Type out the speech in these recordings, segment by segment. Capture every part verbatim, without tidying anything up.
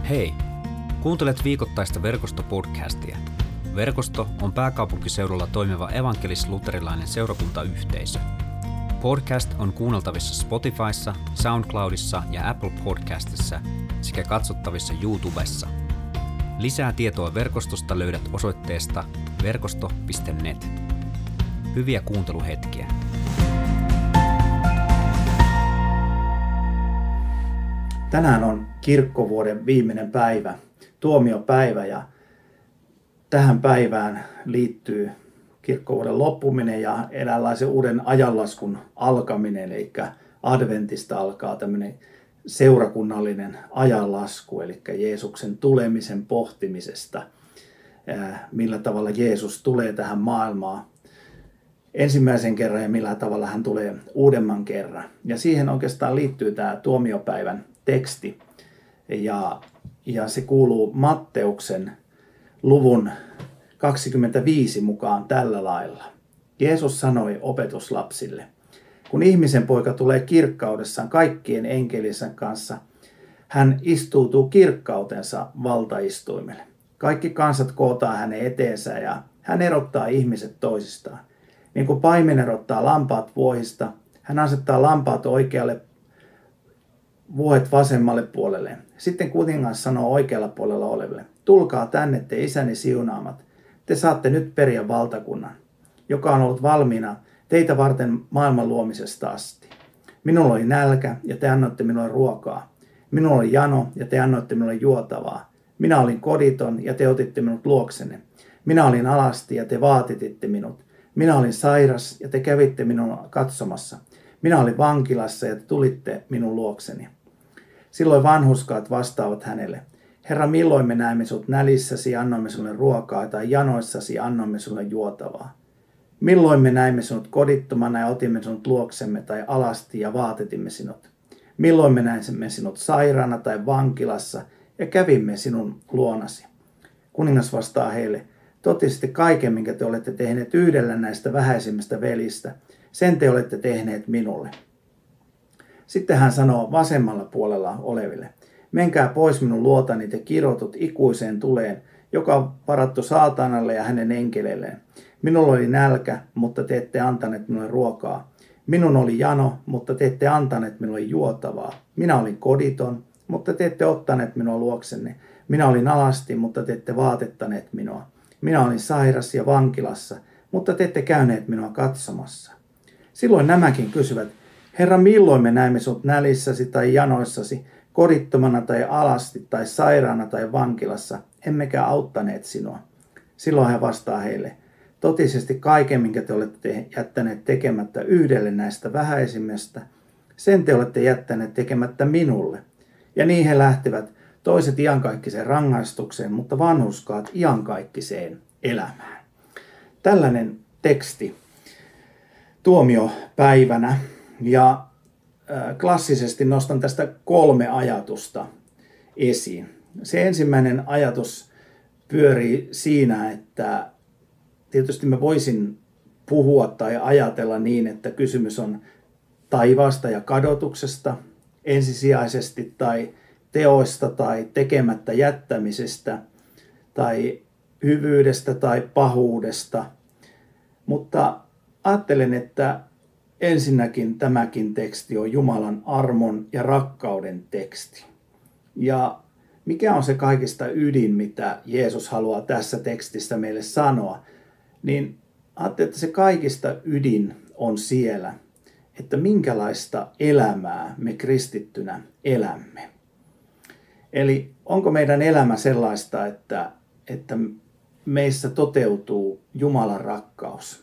Hei! Kuuntelet viikoittaista Verkosto-podcastia. Verkosto on pääkaupunkiseudulla toimiva evankelis-luterilainen seurakuntayhteisö. Podcast on kuunneltavissa Spotifyssa, SoundCloudissa ja Apple Podcastissa sekä katsottavissa YouTubessa. Lisää tietoa verkostosta löydät osoitteesta verkosto piste net. Hyviä kuunteluhetkiä. Tänään on kirkkovuoden viimeinen päivä, tuomiopäivä, ja tähän päivään liittyy kirkkovuoden loppuminen ja eräänlaisen uuden ajanlaskun alkaminen, eli adventista alkaa tämmöinen seurakunnallinen ajanlasku, eli Jeesuksen tulemisen pohtimisesta, millä tavalla Jeesus tulee tähän maailmaan ensimmäisen kerran ja millä tavalla hän tulee uudemman kerran. Ja siihen oikeastaan liittyy tämä tuomiopäivän teksti, ja, ja se kuuluu Matteuksen luvun kaksikymmentäviisi mukaan tällä lailla. Jeesus sanoi opetuslapsille: kun ihmisen poika tulee kirkkaudessaan kaikkien enkelinsä kanssa, hän istuutuu kirkkautensa valtaistuimelle. Kaikki kansat kootaan hänen eteensä ja hän erottaa ihmiset toisistaan. Niin kuin paimen erottaa lampaat vuohista, hän asettaa lampaat oikealle, vuohet vasemmalle puolelle. Sitten kuningas sanoo oikealla puolella oleville: tulkaa tänne te isäni siunaamat. Te saatte nyt periä valtakunnan, joka on ollut valmiina teitä varten maailman luomisesta asti. Minulla oli nälkä ja te annoitte minulle ruokaa. Minulla oli jano ja te annoitte minulle juotavaa. Minä olin koditon ja te otitte minut luoksenne. Minä olin alasti ja te vaatititte minut. Minä olin sairas ja te kävitte minua katsomassa. Minä olin vankilassa ja te tulitte minun luokseni. Silloin vanhurskaat vastaavat hänelle: Herra, milloin me näimme sinut nälissäsi ja annoimme sinulle ruokaa, tai janoissasi ja annoimme sinulle juotavaa? Milloin me näimme sinut kodittomana ja otimme sinut luoksemme, tai alasti ja vaatetimme sinut? Milloin me näimme sinut sairaana tai vankilassa ja kävimme sinun luonasi? Kuningas vastaa heille: totisitte kaiken, minkä te olette tehneet yhdellä näistä vähäisimmistä velistä, sen te olette tehneet minulle. Sitten hän sanoo vasemmalla puolella oleville: menkää pois minun luotani te kirotut ikuiseen tuleen, joka on varattu saatanalle ja hänen enkeleilleen. Minulla oli nälkä, mutta te ette antaneet minulle ruokaa. Minun oli jano, mutta te ette antaneet minulle juotavaa. Minä olin koditon, mutta te ette ottaneet minua luoksenne. Minä olin alasti, mutta te ette vaatettaneet minua. Minä olin sairas ja vankilassa, mutta te ette käyneet minua katsomassa. Silloin nämäkin kysyvät: Herra, milloin me näimme sinut nälissäsi tai janoissasi, kodittomana tai alasti tai sairaana tai vankilassa, emmekä auttaneet sinua? Silloin hän vastaa heille: totisesti kaiken, minkä te olette jättäneet tekemättä yhdelle näistä vähäisimmistä, sen te olette jättäneet tekemättä minulle. Ja niin he lähtevät, toiset iankaikkiseen rangaistukseen, mutta vanhurskaat iankaikkiseen elämään. Tällainen teksti tuomiopäivänä, ja klassisesti nostan tästä kolme ajatusta esiin. Se ensimmäinen ajatus pyörii siinä, että tietysti mä voisin puhua tai ajatella niin, että kysymys on taivaasta ja kadotuksesta ensisijaisesti, tai teoista tai tekemättä jättämisestä tai hyvyydestä tai pahuudesta. Mutta ajattelen, että ensinnäkin tämäkin teksti on Jumalan armon ja rakkauden teksti. Ja mikä on se kaikista ydin, mitä Jeesus haluaa tässä tekstissä meille sanoa, niin ajattelen, että se kaikista ydin on siellä, että minkälaista elämää me kristittynä elämme. Eli onko meidän elämä sellaista, että, että meissä toteutuu Jumalan rakkaus?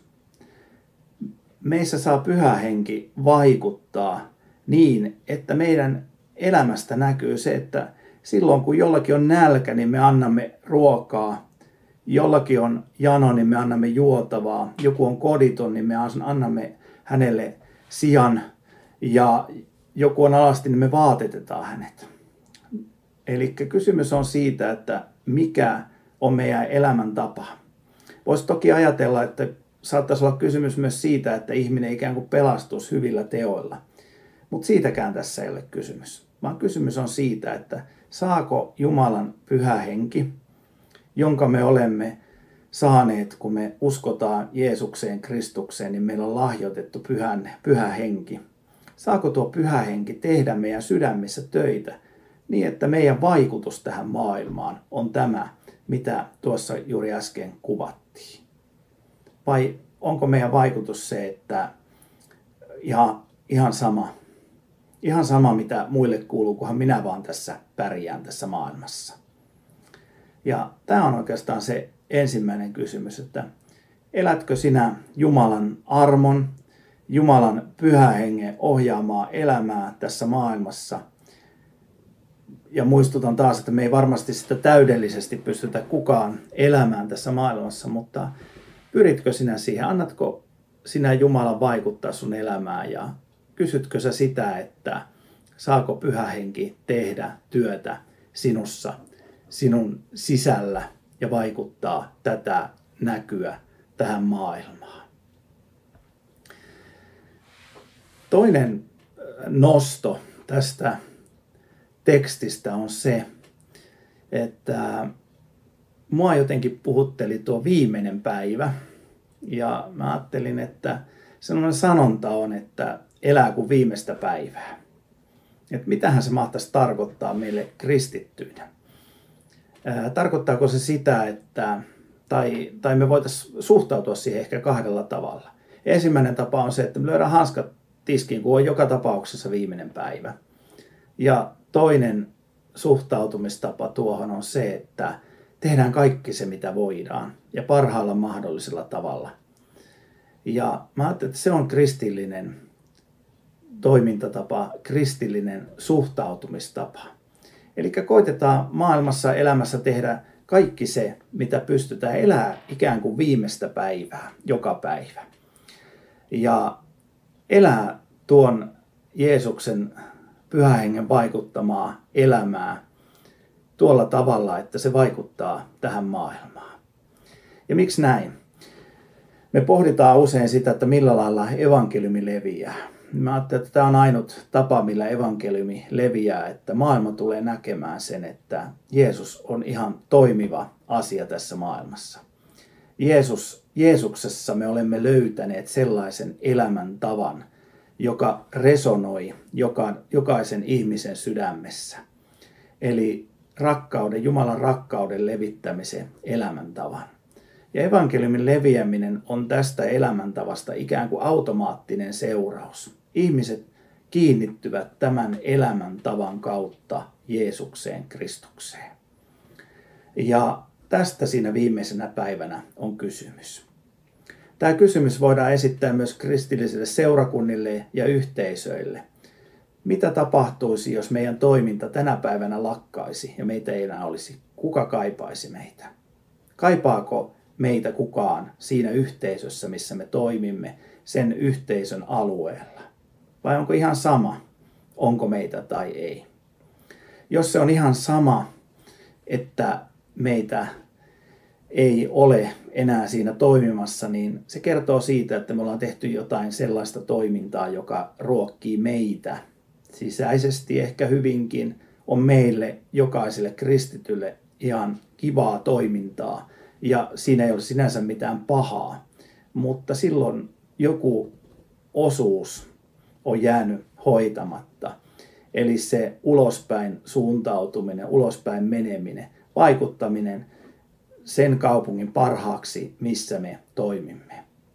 Meissä saa Pyhä Henki vaikuttaa niin, että meidän elämästä näkyy se, että silloin kun jollakin on nälkä, niin me annamme ruokaa. Jollakin on jano, niin me annamme juotavaa. Joku on koditon, niin me annamme hänelle sijan. Ja joku on alasti, niin me vaatetetaan hänet. Eli kysymys on siitä, että mikä on meidän elämäntapa. Voisi toki ajatella, että saattaisi olla kysymys myös siitä, että ihminen ikään kuin pelastuisi hyvillä teoilla. Mutta siitäkään tässä ei ole kysymys. vaan kysymys on siitä, että saako Jumalan pyhä henki, jonka me olemme saaneet, kun me uskotaan Jeesukseen, Kristukseen, niin meillä on lahjoitettu pyhän, pyhä henki. Saako tuo pyhä henki tehdä meidän sydämissä töitä niin, että meidän vaikutus tähän maailmaan on tämä, mitä tuossa juuri äsken kuvattiin? Vai onko meidän vaikutus se, että ihan, ihan sama, ihan sama mitä muille kuuluu, kunhan minä vaan tässä pärjään tässä maailmassa? Ja tämä on oikeastaan se ensimmäinen kysymys, että elätkö sinä Jumalan armon, Jumalan pyhän hengen ohjaamaa elämää tässä maailmassa? Ja muistutan taas, että me ei varmasti sitä täydellisesti pystytä kukaan elämään tässä maailmassa, mutta pyritkö sinä siihen? Annatko sinä Jumalan vaikuttaa sun elämään ja kysytkö sä sitä, että saako pyhä henki tehdä työtä sinussa, sinun sisällä ja vaikuttaa tätä näkyä tähän maailmaan? Toinen nosto tästä tekstistä on se, että mua jotenkin puhutteli tuo viimeinen päivä. Ja mä ajattelin, että sellainen sanonta on, että elää kuin viimeistä päivää. Että mitähän se mahtaisi tarkoittaa meille kristittyinä? Ää, tarkoittaako se sitä, että, tai, tai me voitaisiin suhtautua siihen ehkä kahdella tavalla. Ensimmäinen tapa on se, että me lyödään hanskat tiskiin, kun on joka tapauksessa viimeinen päivä. Ja toinen suhtautumistapa tuohon on se, että tehdään kaikki se, mitä voidaan ja parhaalla mahdollisella tavalla. Ja mä ajattelin, että se on kristillinen toimintatapa, kristillinen suhtautumistapa. Eli koitetaan maailmassa elämässä tehdä kaikki se, mitä pystytään elää ikään kuin viimeistä päivää, joka päivä. Ja elää tuon Jeesuksen pyhän hengen vaikuttamaa elämää tuolla tavalla, että se vaikuttaa tähän maailmaan. Ja miksi näin? Me pohditaan usein sitä, että millä lailla evankeliumi leviää. Mä ajattelen, että tämä on ainut tapa, millä evankeliumi leviää, että maailma tulee näkemään sen, että Jeesus on ihan toimiva asia tässä maailmassa. Jeesus, Jeesuksessa me olemme löytäneet sellaisen elämäntavan, joka resonoi joka, jokaisen ihmisen sydämessä. Eli rakkauden, Jumalan rakkauden levittämisen elämäntavan. Ja evankeliumin leviäminen on tästä elämäntavasta ikään kuin automaattinen seuraus. Ihmiset kiinnittyvät tämän elämäntavan kautta Jeesukseen, Kristukseen. Ja tästä siinä viimeisenä päivänä on kysymys. Tämä kysymys voidaan esittää myös kristillisille seurakunnille ja yhteisöille. Mitä tapahtuisi, jos meidän toiminta tänä päivänä lakkaisi ja meitä ei enää olisi? Kuka kaipaisi meitä? Kaipaako meitä kukaan siinä yhteisössä, missä me toimimme, sen yhteisön alueella? Vai onko ihan sama, onko meitä tai ei? Jos se on ihan sama, että meitä ei ole enää siinä toimimassa, niin se kertoo siitä, että me ollaan tehty jotain sellaista toimintaa, joka ruokkii meitä sisäisesti ehkä hyvinkin, on meille jokaiselle kristitylle ihan kivaa toimintaa ja siinä ei ole sinänsä mitään pahaa, mutta silloin joku osuus on jäänyt hoitamatta. Eli se ulospäin suuntautuminen, ulospäin meneminen, vaikuttaminen sen kaupungin parhaaksi, missä me toimimme.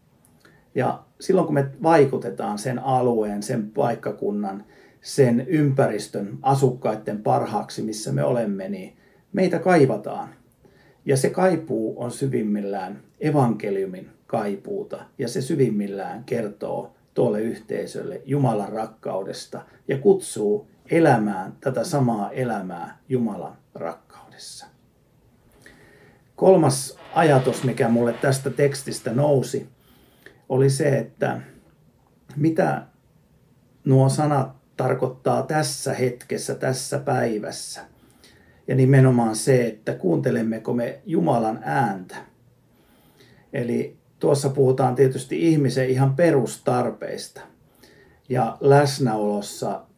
Ja silloin kun me vaikutetaan sen alueen, sen paikkakunnan, sen ympäristön asukkaiden parhaaksi, missä me olemme, niin meitä kaivataan. Ja se kaipuu on syvimmillään evankeliumin kaipuuta. Ja se syvimmillään kertoo tuolle yhteisölle Jumalan rakkaudesta ja kutsuu elämään tätä samaa elämää Jumalan rakkaudessa. Kolmas ajatus, mikä mulle tästä tekstistä nousi, oli se, että mitä nuo sanat tarkoittaa tässä hetkessä, tässä päivässä. Ja nimenomaan se, että kuuntelemmeko me Jumalan ääntä. Eli tuossa puhutaan tietysti ihmisen ihan perustarpeista. Ja läsnäolossa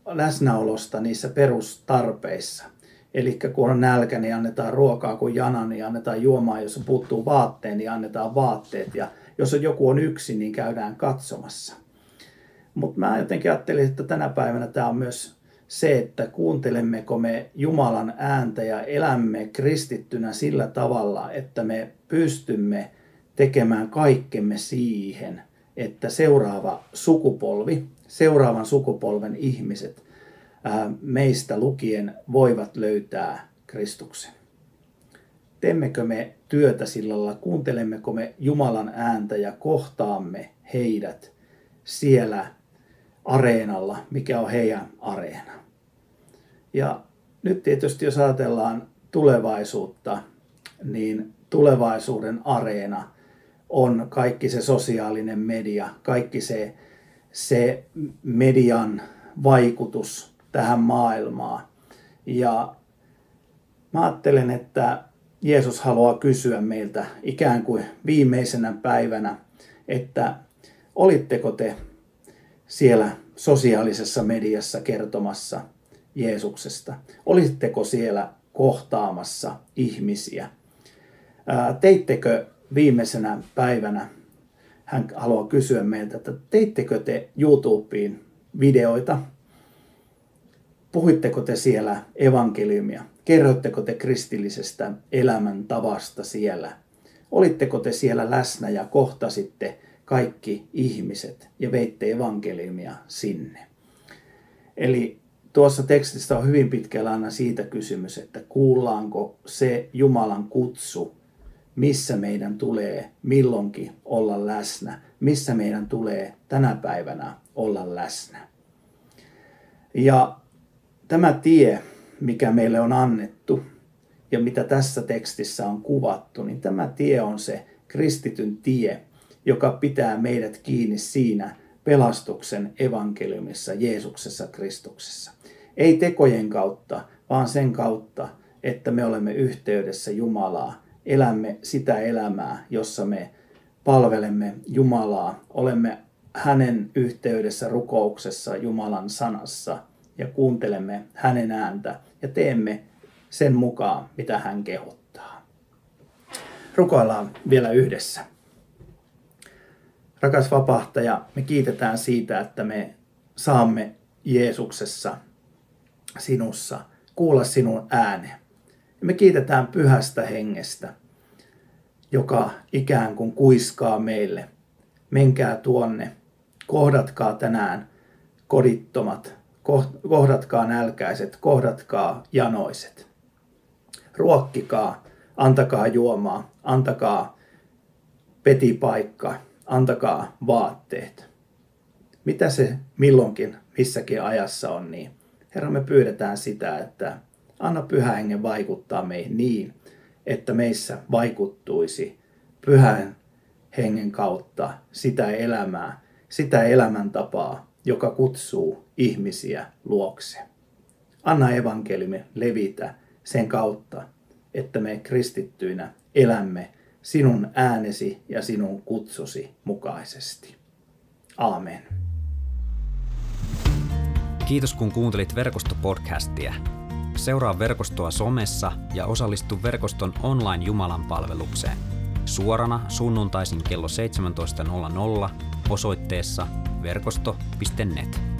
läsnäolosta niissä perustarpeissa. Eli kun on nälkä, niin annetaan ruokaa, kun jana, niin annetaan juomaa, jos puuttuu vaatteen, niin annetaan vaatteet. Ja jos joku on yksin, niin käydään katsomassa. Mutta mä jotenkin ajattelin, että tänä päivänä tämä on myös se, että kuuntelemmeko me Jumalan ääntä ja elämme kristittynä sillä tavalla, että me pystymme tekemään kaikkemme siihen, että seuraava sukupolvi, seuraavan sukupolven ihmiset ää, meistä lukien voivat löytää Kristuksen. Teemmekö me työtä sillä lailla, kuuntelemmeko me Jumalan ääntä ja kohtaamme heidät siellä areenalla, mikä on heidän areena. Ja nyt tietysti jos ajatellaan tulevaisuutta, niin tulevaisuuden areena on kaikki se sosiaalinen media, kaikki se, se median vaikutus tähän maailmaan. Ja mä ajattelen, että Jeesus haluaa kysyä meiltä ikään kuin viimeisenä päivänä, että olitteko te siellä sosiaalisessa mediassa kertomassa Jeesuksesta? Olitteko siellä kohtaamassa ihmisiä? Teittekö viimeisenä päivänä, hän haluaa kysyä meiltä, että teittekö te YouTubeen videoita? Puhuitteko te siellä evankeliumia? Kerroitteko te kristillisestä elämäntavasta siellä? Olitteko te siellä läsnä ja kohtasitte kaikki ihmiset ja veitte evankeliumia sinne? Eli tuossa tekstissä on hyvin pitkällä aina siitä kysymys, että kuullaanko se Jumalan kutsu, missä meidän tulee milloinkin olla läsnä, missä meidän tulee tänä päivänä olla läsnä. Ja tämä tie, mikä meille on annettu ja mitä tässä tekstissä on kuvattu, niin tämä tie on se kristityn tie, joka pitää meidät kiinni siinä pelastuksen evankeliumissa Jeesuksessa Kristuksessa. Ei tekojen kautta, vaan sen kautta, että me olemme yhteydessä Jumalaa, elämme sitä elämää, jossa me palvelemme Jumalaa, olemme hänen yhteydessä rukouksessa Jumalan sanassa ja kuuntelemme hänen ääntä ja teemme sen mukaan, mitä hän kehottaa. Rukoillaan vielä yhdessä. Rakas vapahtaja, me kiitetään siitä, että me saamme Jeesuksessa, sinussa, kuulla sinun äänen. Ja me kiitetään Pyhästä Hengestä, joka ikään kuin kuiskaa meille. Menkää tuonne, kohdatkaa tänään kodittomat, kohdatkaa nälkäiset, kohdatkaa janoiset. Ruokkikaa, antakaa juomaa, antakaa petipaikka, antakaa vaatteet. Mitä se milloinkin, missäkin ajassa on, niin Herra, me pyydetään sitä, että anna Pyhän Hengen vaikuttaa meihin niin, että meissä vaikuttuisi Pyhän Hengen kautta sitä elämää, sitä elämäntapaa, joka kutsuu ihmisiä luokse. Anna evankeliumi levitä sen kautta, että me kristittyinä elämme sinun äänesi ja sinun kutsusi mukaisesti. Aamen. Kiitos kun kuuntelit Verkosto-podcastia. Seuraa Verkostoa somessa ja osallistu Verkoston online Jumalanpalvelukseen suorana sunnuntaisin kello seitsemäntoista nolla nolla osoitteessa verkosto piste net.